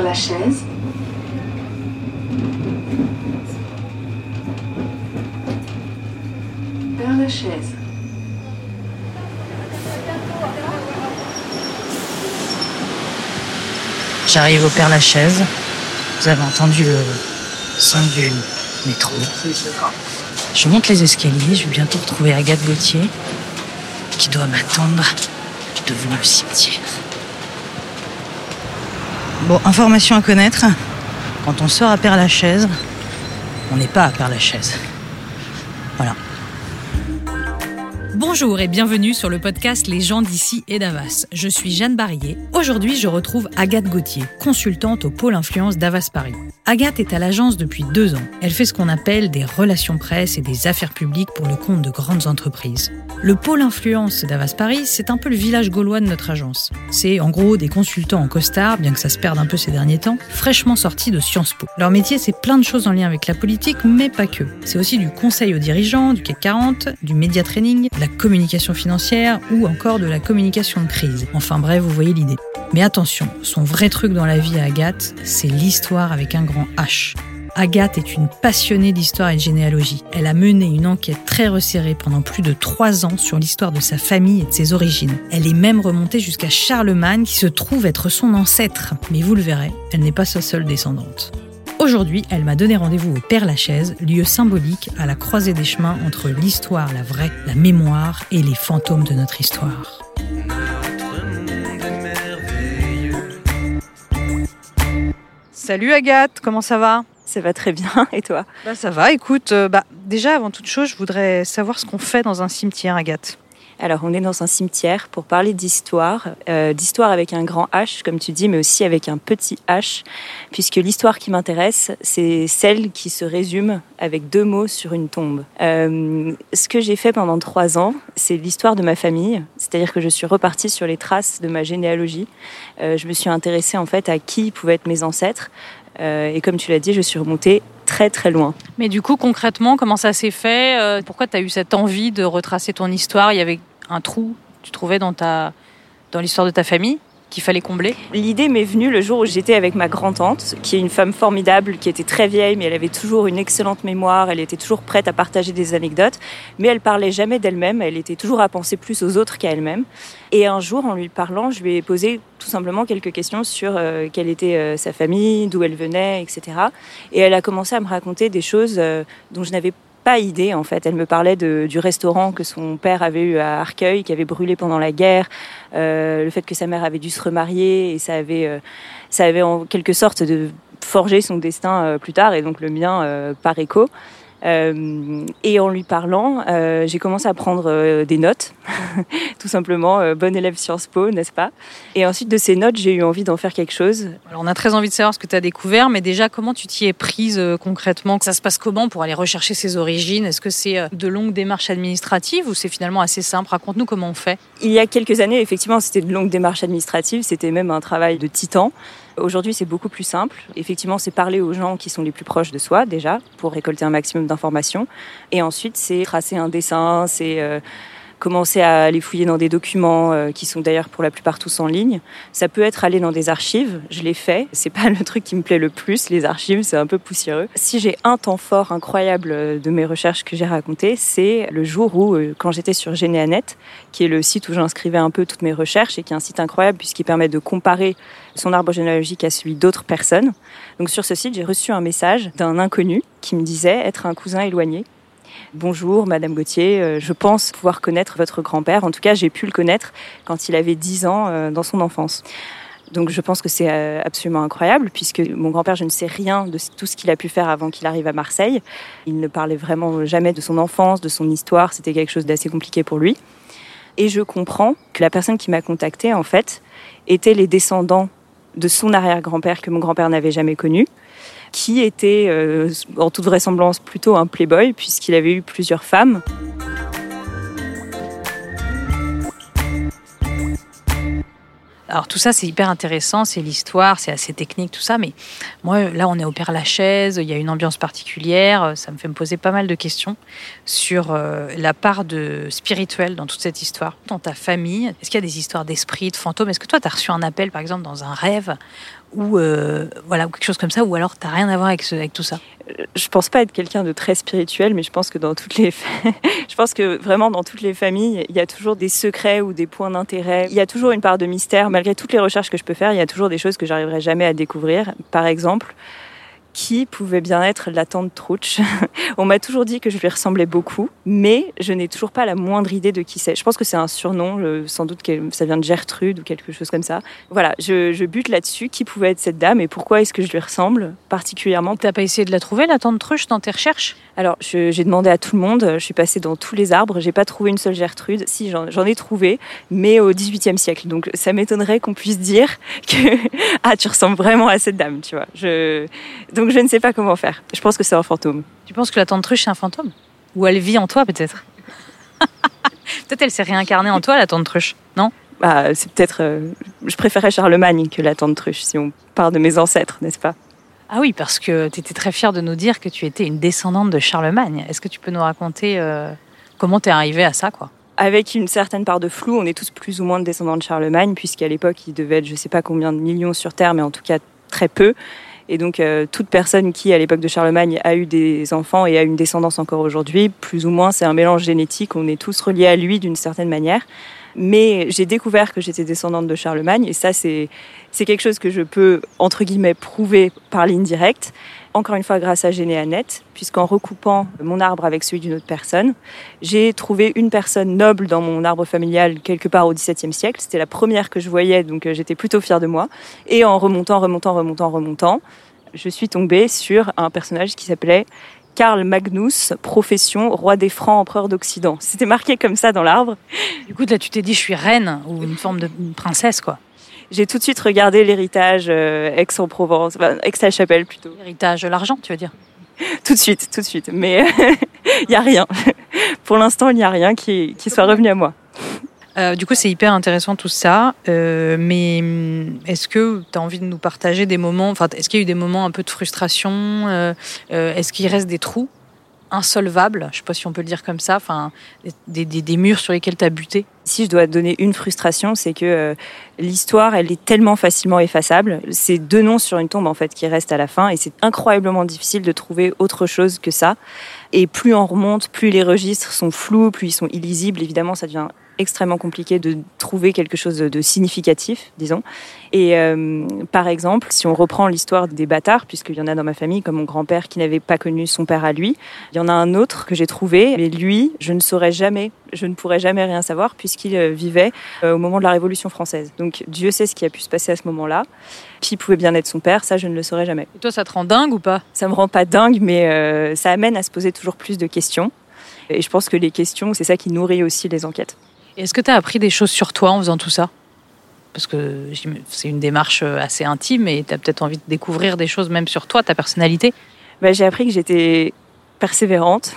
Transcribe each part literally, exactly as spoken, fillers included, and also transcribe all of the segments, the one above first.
Père-Lachaise. Père-Lachaise. J'arrive au Père-Lachaise. Vous avez entendu le son du métro. Je monte les escaliers. Je vais bientôt retrouver Agathe Gauthier qui doit m'attendre devant le cimetière. Bon, information à connaître. Quand on sort à Père-Lachaise, on n'est pas à Père-Lachaise. Voilà. Bonjour et bienvenue sur le podcast Les gens d'ici et d'Havas. Je suis Jeanne Barillet. Aujourd'hui, je retrouve Agathe Gauthier, consultante au pôle influence d'Havas Paris. Agathe est à l'agence depuis deux ans. Elle fait ce qu'on appelle des relations presse et des affaires publiques pour le compte de grandes entreprises. Le pôle influence d'Havas Paris, c'est un peu le village gaulois de notre agence. C'est en gros des consultants en costard, bien que ça se perde un peu ces derniers temps, fraîchement sortis de Sciences Po. Leur métier, c'est plein de choses en lien avec la politique, mais pas que. C'est aussi du conseil aux dirigeants, du C A C quarante, du média training, de la communication financière ou encore de la communication de crise. Enfin bref, vous voyez l'idée. Mais attention, son vrai truc dans la vie à Agathe, c'est l'histoire avec un grand H. Agathe est une passionnée d'histoire et de généalogie. Elle a mené une enquête très resserrée pendant plus de trois ans sur l'histoire de sa famille et de ses origines. Elle est même remontée jusqu'à Charlemagne, qui se trouve être son ancêtre. Mais vous le verrez, elle n'est pas sa seule descendante. Aujourd'hui, elle m'a donné rendez-vous au Père-Lachaise, lieu symbolique à la croisée des chemins entre l'histoire, la vraie, la mémoire et les fantômes de notre histoire. Salut Agathe, comment ça va ? Ça va très bien, et toi ? Bah ça va, écoute, euh, bah, déjà avant toute chose, je voudrais savoir ce qu'on fait dans un cimetière, Agathe. Alors, on est dans un cimetière pour parler d'histoire, euh, d'histoire avec un grand H, comme tu dis, mais aussi avec un petit H, puisque l'histoire qui m'intéresse, c'est celle qui se résume avec deux mots sur une tombe. Euh, ce que j'ai fait pendant trois ans, c'est l'histoire de ma famille, c'est-à-dire que je suis repartie sur les traces de ma généalogie. Euh, je me suis intéressée en fait à qui pouvaient être mes ancêtres, euh, et comme tu l'as dit, je suis remontée très très loin. Mais du coup, concrètement, comment ça s'est fait ? euh, Pourquoi tu as eu cette envie de retracer ton histoire ? Il y avait un trou, tu trouvais, dans, ta, dans l'histoire de ta famille qu'il fallait combler ? L'idée m'est venue le jour où j'étais avec ma grand-tante, qui est une femme formidable, qui était très vieille, mais elle avait toujours une excellente mémoire, elle était toujours prête à partager des anecdotes, mais elle parlait jamais d'elle-même, elle était toujours à penser plus aux autres qu'à elle-même. Et un jour, en lui parlant, je lui ai posé tout simplement quelques questions sur euh, quelle était euh, sa famille, d'où elle venait, et cetera. Et elle a commencé à me raconter des choses euh, dont je n'avais pas idée, en fait. Elle me parlait de, du restaurant que son père avait eu à Arcueil, qui avait brûlé pendant la guerre, euh, le fait que sa mère avait dû se remarier, et ça avait, euh, ça avait en quelque sorte de forgé son destin euh, plus tard, et donc le mien euh, par écho. Euh, et en lui parlant, euh, j'ai commencé à prendre euh, des notes, tout simplement, euh, bonne élève Sciences Po, n'est-ce pas ? Et ensuite de ces notes, j'ai eu envie d'en faire quelque chose. Alors on a très envie de savoir ce que tu as découvert, mais déjà, comment tu t'y es prise euh, concrètement ? Ça se passe comment pour aller rechercher ses origines ? Est-ce que c'est euh, de longues démarches administratives ou c'est finalement assez simple ? Raconte-nous comment on fait. Il y a quelques années, effectivement, c'était de longues démarches administratives, c'était même un travail de titan. Aujourd'hui, c'est beaucoup plus simple. Effectivement, c'est parler aux gens qui sont les plus proches de soi, déjà, pour récolter un maximum d'informations. Et ensuite, c'est tracer un dessin, c'est euh, commencer à aller fouiller dans des documents euh, qui sont d'ailleurs pour la plupart tous en ligne. Ça peut être aller dans des archives. Je l'ai fait. C'est pas le truc qui me plaît le plus. Les archives, c'est un peu poussiéreux. Si j'ai un temps fort incroyable de mes recherches que j'ai racontées, c'est le jour où, euh, quand j'étais sur Généanet, qui est le site où j'inscrivais un peu toutes mes recherches et qui est un site incroyable puisqu'il permet de comparer son arbre généalogique à celui d'autres personnes. Donc sur ce site, j'ai reçu un message d'un inconnu qui me disait être un cousin éloigné. Bonjour Madame Gauthier, je pense pouvoir connaître votre grand-père. En tout cas, j'ai pu le connaître quand il avait dix ans dans son enfance. Donc je pense que c'est absolument incroyable puisque mon grand-père, je ne sais rien de tout ce qu'il a pu faire avant qu'il arrive à Marseille. Il ne parlait vraiment jamais de son enfance, de son histoire. C'était quelque chose d'assez compliqué pour lui. Et je comprends que la personne qui m'a contactée, en fait, était les descendants de son arrière-grand-père que mon grand-père n'avait jamais connu, qui était, euh, en toute vraisemblance, plutôt un playboy, puisqu'il avait eu plusieurs femmes. Alors tout ça, c'est hyper intéressant, c'est l'histoire, c'est assez technique, tout ça. Mais moi, là, on est au Père-Lachaise, il y a une ambiance particulière. Ça me fait me poser pas mal de questions sur euh, la part de spirituel dans toute cette histoire. Dans ta famille, est-ce qu'il y a des histoires d'esprits, de fantômes ? Est-ce que toi, tu as reçu un appel, par exemple, dans un rêve ou euh, voilà, ou quelque chose comme ça, ou alors t'as rien à voir avec, ce, avec tout ça? Je pense pas être quelqu'un de très spirituel, mais je pense que dans toutes les, je pense que vraiment dans toutes les familles, il y a toujours des secrets ou des points d'intérêt. Il y a toujours une part de mystère. Malgré toutes les recherches que je peux faire, il y a toujours des choses que j'arriverai jamais à découvrir. Par exemple, qui pouvait bien être la tante Trouche? On m'a toujours dit que je lui ressemblais beaucoup, mais je n'ai toujours pas la moindre idée de qui c'est. Je pense que c'est un surnom, euh, sans doute que ça vient de Gertrude ou quelque chose comme ça. Voilà, je, je bute là-dessus. Qui pouvait être cette dame et pourquoi est-ce que je lui ressemble particulièrement? T'as pas essayé de la trouver, la tante Truche, dans tes recherches? Alors, je, j'ai demandé à tout le monde, je suis passée dans tous les arbres, j'ai pas trouvé une seule Gertrude. Si, j'en, j'en ai trouvé, mais au dix-huitième siècle. Donc, ça m'étonnerait qu'on puisse dire que « Ah, tu ressembles vraiment à cette dame », tu vois. Je... Donc, je ne sais pas comment faire. Je pense que c'est un fantôme. Tu penses que la tante Truche, c'est un fantôme? Ou elle vit en toi, peut-être? Peut-être elle s'est réincarnée en toi, la tante Truche, non? Bah, c'est peut-être... Euh, je préférais Charlemagne que la tante Truche, si on part de mes ancêtres, n'est-ce pas? Ah oui, parce que tu étais très fière de nous dire que tu étais une descendante de Charlemagne. Est-ce que tu peux nous raconter euh, comment t'es arrivée à ça, quoi? Avec une certaine part de flou, on est tous plus ou moins descendants de Charlemagne, puisqu'à l'époque, il devait être je ne sais pas combien de millions sur Terre, mais en tout cas très peu. Et donc, euh, toute personne qui, à l'époque de Charlemagne, a eu des enfants et a une descendance encore aujourd'hui, plus ou moins, c'est un mélange génétique. On est tous reliés à lui d'une certaine manière. Mais j'ai découvert que j'étais descendante de Charlemagne. Et ça, c'est, c'est quelque chose que je peux, entre guillemets, prouver par ligne directe. Encore une fois, grâce à Généanet, puisqu'en recoupant mon arbre avec celui d'une autre personne, j'ai trouvé une personne noble dans mon arbre familial quelque part au dix-septième siècle. C'était la première que je voyais, donc j'étais plutôt fière de moi. Et en remontant, remontant, remontant, remontant, je suis tombée sur un personnage qui s'appelait Karl Magnus, profession roi des Francs, empereur d'Occident. C'était marqué comme ça dans l'arbre. Du coup, là, tu t'es dit, je suis reine, ou une forme de une princesse, quoi. J'ai tout de suite regardé l'héritage euh, Aix-en-Provence, enfin, Aix-la-Chapelle plutôt. L'héritage de l'argent, tu veux dire? Tout de suite, tout de suite. Mais il n'y a rien. Pour l'instant, il n'y a rien qui, qui soit revenu à moi. Euh, du coup, c'est hyper intéressant tout ça. Euh, mais est-ce que tu as envie de nous partager des moments, enfin, est-ce qu'il y a eu des moments un peu de frustration? euh, euh, Est-ce qu'il reste des trous insolvables, je ne sais pas si on peut le dire comme ça, enfin, des, des, des murs sur lesquels tu as buté? Si je dois donner une frustration, c'est que euh, l'histoire, elle est tellement facilement effaçable. C'est deux noms sur une tombe, en fait, qui restent à la fin. Et c'est incroyablement difficile de trouver autre chose que ça. Et plus on remonte, plus les registres sont flous, plus ils sont illisibles. Évidemment, ça devient extrêmement compliqué de trouver quelque chose de significatif, disons. Et euh, par exemple, si on reprend l'histoire des bâtards, puisqu'il y en a dans ma famille, comme mon grand-père qui n'avait pas connu son père à lui, il y en a un autre que j'ai trouvé, mais lui, je ne saurais jamais, je ne pourrais jamais rien savoir, puisqu'il vivait euh, au moment de la Révolution française. Donc Dieu sait ce qui a pu se passer à ce moment-là. Qui pouvait bien être son père, ça je ne le saurais jamais. Et toi, ça te rend dingue ou pas? Ça me rend pas dingue, mais euh, ça amène à se poser toujours plus de questions. Et je pense que les questions, c'est ça qui nourrit aussi les enquêtes. Et est-ce que tu as appris des choses sur toi en faisant tout ça? Parce que c'est une démarche assez intime et tu as peut-être envie de découvrir des choses même sur toi, ta personnalité. Bah, j'ai appris que j'étais persévérante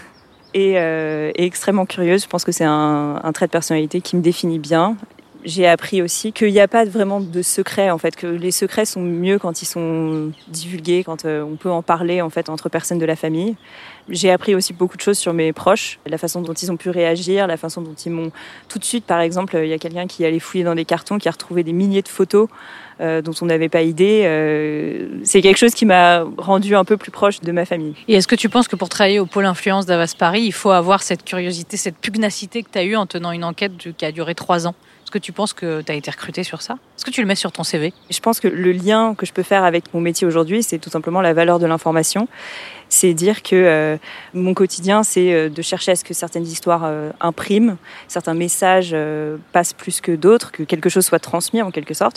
et, euh, et extrêmement curieuse. Je pense que c'est un, un trait de personnalité qui me définit bien. J'ai appris aussi qu'il n'y a pas vraiment de secret, en fait, que les secrets sont mieux quand ils sont divulgués, quand euh, on peut en parler en fait entre personnes de la famille. J'ai appris aussi beaucoup de choses sur mes proches, la façon dont ils ont pu réagir, la façon dont ils m'ont... Tout de suite, par exemple, il y a quelqu'un qui allait fouiller dans des cartons, qui a retrouvé des milliers de photos euh, dont on n'avait pas idée. Euh, c'est quelque chose qui m'a rendu un peu plus proche de ma famille. Et est-ce que tu penses que pour travailler au pôle influence d'Havas Paris, il faut avoir cette curiosité, cette pugnacité que tu as eue en tenant une enquête qui a duré trois ans? Est-ce que tu penses que tu as été recruté sur ça? Est-ce que tu le mets sur ton C V? Je pense que le lien que je peux faire avec mon métier aujourd'hui, c'est tout simplement la valeur de l'information. C'est dire que euh, mon quotidien, c'est euh, de chercher à ce que certaines histoires euh, impriment, certains messages euh, passent plus que d'autres, que quelque chose soit transmis en quelque sorte.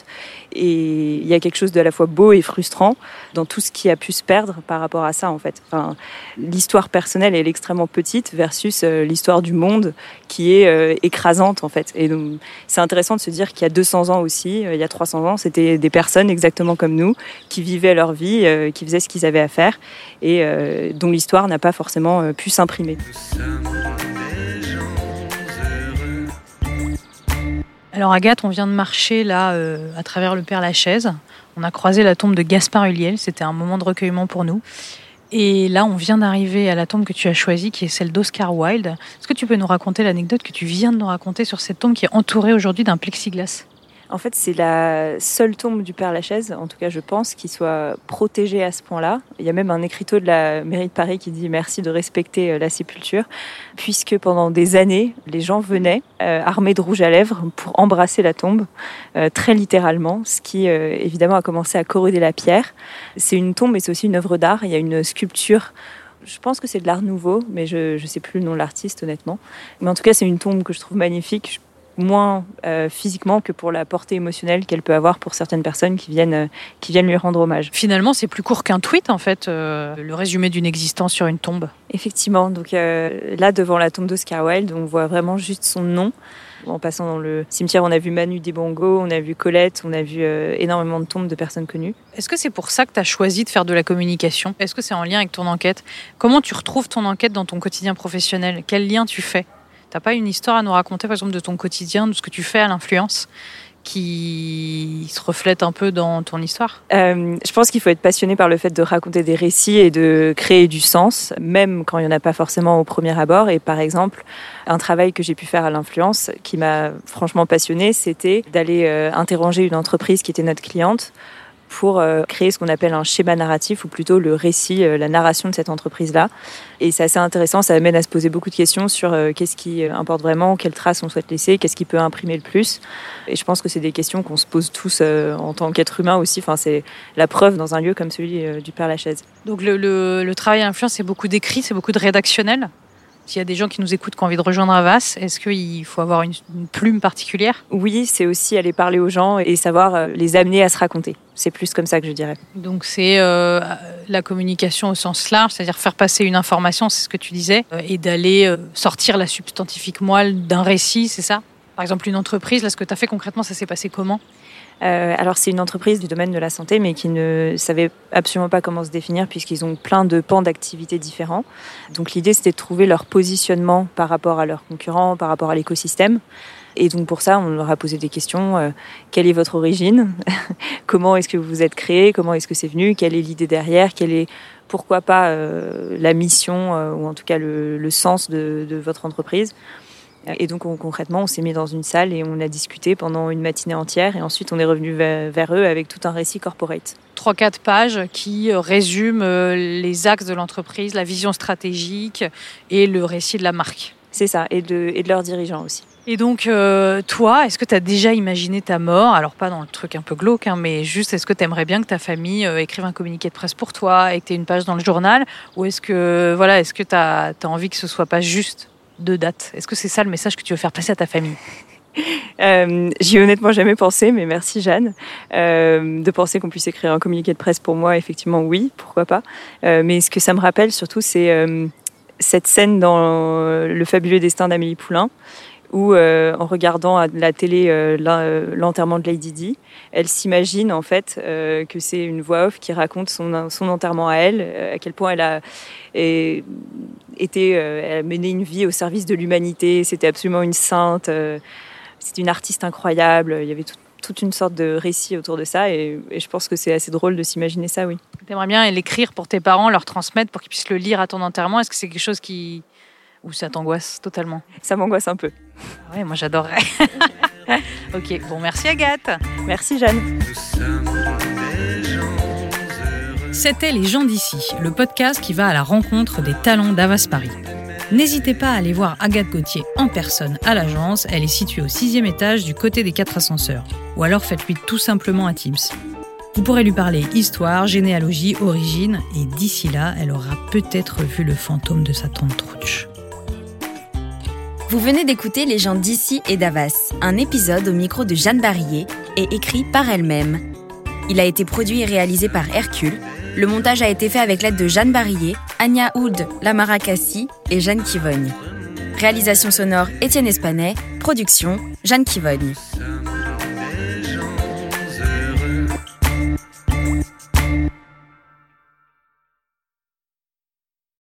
Et il y a quelque chose de à la fois beau et frustrant dans tout ce qui a pu se perdre par rapport à ça, en fait. Enfin, l'histoire personnelle, elle est extrêmement petite versus euh, l'histoire du monde qui est euh, écrasante, en fait. Et donc, c'est intéressant de se dire qu'il y a deux cents ans aussi, euh, il y a trois cents ans, c'était des personnes exactement comme nous qui vivaient leur vie, euh, qui faisaient ce qu'ils avaient à faire. Et euh, dont l'histoire n'a pas forcément pu s'imprimer. Alors Agathe, on vient de marcher là euh, à travers le Père-Lachaise. On a croisé la tombe de Gaspard Ulliel, c'était un moment de recueillement pour nous. Et là, on vient d'arriver à la tombe que tu as choisie, qui est celle d'Oscar Wilde. Est-ce que tu peux nous raconter l'anecdote que tu viens de nous raconter sur cette tombe qui est entourée aujourd'hui d'un plexiglas? En fait, c'est la seule tombe du Père-Lachaise, en tout cas je pense, qui soit protégée à ce point-là. Il y a même un écriteau de la mairie de Paris qui dit « Merci de respecter la sépulture », puisque pendant des années, les gens venaient euh, armés de rouge à lèvres pour embrasser la tombe, euh, très littéralement, ce qui euh, évidemment a commencé à corroder la pierre. C'est une tombe, mais c'est aussi une œuvre d'art. Il y a une sculpture. Je pense que c'est de l'art nouveau, mais je ne sais plus le nom de l'artiste, honnêtement. Mais en tout cas, c'est une tombe que je trouve magnifique, moins euh, physiquement que pour la portée émotionnelle qu'elle peut avoir pour certaines personnes qui viennent, euh, qui viennent lui rendre hommage. Finalement, c'est plus court qu'un tweet, en fait, euh, le résumé d'une existence sur une tombe. Effectivement. Donc euh, là, devant la tombe d'Oscar Wilde, on voit vraiment juste son nom. En passant dans le cimetière, on a vu Manu Dibango, on a vu Colette, on a vu euh, énormément de tombes de personnes connues. Est-ce que c'est pour ça que tu as choisi de faire de la communication ? Est-ce que c'est en lien avec ton enquête ? Comment tu retrouves ton enquête dans ton quotidien professionnel ? Quel lien tu fais ? T'as pas une histoire à nous raconter, par exemple, de ton quotidien, de ce que tu fais à l'influence, qui se reflète un peu dans ton histoire ? euh, Je pense qu'il faut être passionné par le fait de raconter des récits et de créer du sens, même quand il n'y en a pas forcément au premier abord. Et par exemple, un travail que j'ai pu faire à l'influence, qui m'a franchement passionnée, c'était d'aller euh, interroger une entreprise qui était notre cliente, pour euh, créer ce qu'on appelle un schéma narratif, ou plutôt le récit, euh, la narration de cette entreprise-là. Et c'est assez intéressant, ça amène à se poser beaucoup de questions sur euh, qu'est-ce qui importe vraiment, quelles traces on souhaite laisser, qu'est-ce qui peut imprimer le plus. Et je pense que c'est des questions qu'on se pose tous euh, en tant qu'être humain aussi. Enfin, c'est la preuve dans un lieu comme celui euh, du Père-Lachaise. Donc le, le, le travail à l'influence, c'est beaucoup d'écrit, c'est beaucoup de rédactionnel. S'il y a des gens qui nous écoutent qui ont envie de rejoindre Havas, est-ce qu'il faut avoir une, une plume particulière ? Oui, c'est aussi aller parler aux gens et savoir les amener à se raconter. C'est plus comme ça que je dirais. Donc c'est euh, la communication au sens large, c'est-à-dire faire passer une information, c'est ce que tu disais, euh, et d'aller euh, sortir la substantifique moelle d'un récit, c'est ça ? Par exemple, une entreprise, là, ce que tu as fait concrètement, ça s'est passé comment ? Euh, alors c'est une entreprise du domaine de la santé, mais qui ne savait absolument pas comment se définir puisqu'ils ont plein de pans d'activités différents. Donc l'idée c'était de trouver leur positionnement par rapport à leurs concurrents, par rapport à l'écosystème. Et donc pour ça, on leur a posé des questions. Euh, quelle est votre origine ? Comment est-ce que vous vous êtes créé ? Comment est-ce que c'est venu ? Quelle est l'idée derrière ? Quelle est, pourquoi pas, euh, la mission euh, ou en tout cas le, le sens de, de votre entreprise ? Et donc on, concrètement, on s'est mis dans une salle et on a discuté pendant une matinée entière. Et ensuite, on est revenu vers, vers eux avec tout un récit corporate. Trois, quatre pages qui résument les axes de l'entreprise, la vision stratégique et le récit de la marque. C'est ça, et de, et de leurs dirigeants aussi. Et donc, euh, toi, est-ce que tu as déjà imaginé ta mort ? Alors, pas dans le truc un peu glauque, hein, mais juste, est-ce que tu aimerais bien que ta famille euh, écrive un communiqué de presse pour toi et que tu aies une page dans le journal ? Ou est-ce que voilà, est-ce que tu as envie que ce soit pas juste de date ? Est-ce que c'est ça le message que tu veux faire passer à ta famille ? Euh, j'y ai honnêtement jamais pensé, mais merci Jeanne. Euh, de penser qu'on puisse écrire un communiqué de presse pour moi, effectivement, oui, pourquoi pas. Euh, mais ce que ça me rappelle surtout, c'est euh, cette scène dans Le fabuleux destin d'Amélie Poulain, où euh, en regardant à la télé euh, l'enterrement de Lady Di, elle s'imagine en fait euh, que c'est une voix off qui raconte son, son enterrement à elle, euh, à quel point elle a et, été, euh, elle a mené une vie au service de l'humanité, c'était absolument une sainte, euh, c'était une artiste incroyable, il y avait tout, toute une sorte de récit autour de ça et, et je pense que c'est assez drôle de s'imaginer ça, oui. T'aimerais bien l'écrire pour tes parents, leur transmettre pour qu'ils puissent le lire à ton enterrement ? Est-ce que c'est quelque chose qui... ou ça t'angoisse totalement ? Ça m'angoisse un peu. Oui, moi j'adorerais. Ok, bon, merci Agathe. Merci Jeanne. C'était Les gens d'ici, le podcast qui va à la rencontre des talents d'Havas Paris. N'hésitez pas à aller voir Agathe Gauthier en personne à l'agence, elle est située au sixième étage du côté des quatre ascenseurs. Ou alors faites-lui tout simplement un Teams. Vous pourrez lui parler histoire, généalogie, origine, et d'ici là, elle aura peut-être vu le fantôme de sa tante Trouche. Vous venez d'écouter Les gens d'ici et d'Havas, un épisode au micro de Jeanne Barillet et écrit par elle-même. Il a été produit et réalisé par Hercule. Le montage a été fait avec l'aide de Jeanne Barillet, Anya Oud, Lamara Kassi et Jeanne Kivogne. Réalisation sonore Étienne Espanet, production Jeanne Kivogne.